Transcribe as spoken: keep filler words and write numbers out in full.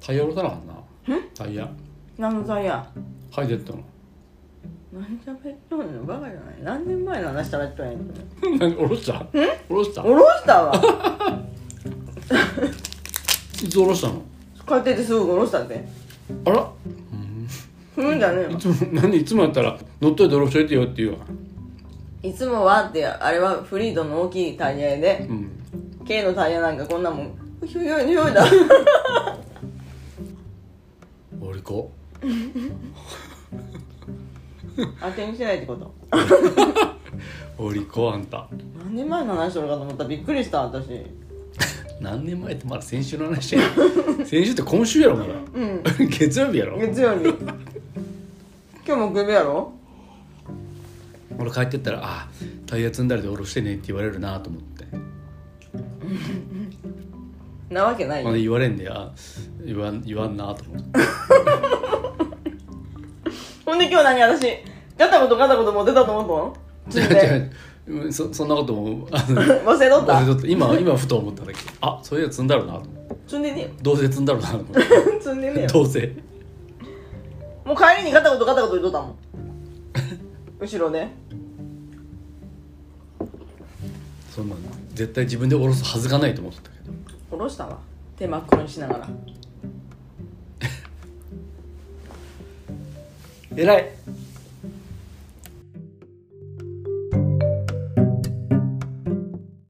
タイヤ下ろさなあかんな。 んタイヤ何のタイヤ履いてったの。 何喋っとんのバカじゃない。何年前の話喋っとんやん何下ろした？下ろした？ 下ろしたわいつ下ろしたの？ 帰っててすぐ下ろしたって。 あら、 ふんじゃねえよ。 いつも何いつもやったら乗っといて下ろしといてよって言うわ。 いつもはってあれはフリードの大きいタイヤで、 うん。 K のタイヤなんかこんなもんひょいひょいひょいだおりこ。 当てにしてないってこと。 おりこあんた。 何年前の話しとるかと思ったらびっくりした私。 何年前ってまだ先週の話やん。先週って今週やろまだ。 うん。 月曜日やろ。 月曜日。今日木曜日やろ。 俺帰ってったらあタイヤ積んだりで下ろしてねって言われるなと思って。 なわけないよ。 ほんで言われんであ言わん言わんなと思って。 ほんで今日何私ガタゴトガタゴト持ってたと思ったの？ 違う違う そ, そんなこともあの忘れとった？ 忘れとった今今ふと思っただけ。あそういうやつ積んだろうなと思って。 積んでねえよ。 どうせ積んだろうなと思って積んでねえよ。 どうせもう帰りにガタゴトガタゴト言っとったもん後ろで。 そんなの絶対自分で下ろすはずがないと思ってたけど。 下ろしたわ手真っ黒にしながら。 偉い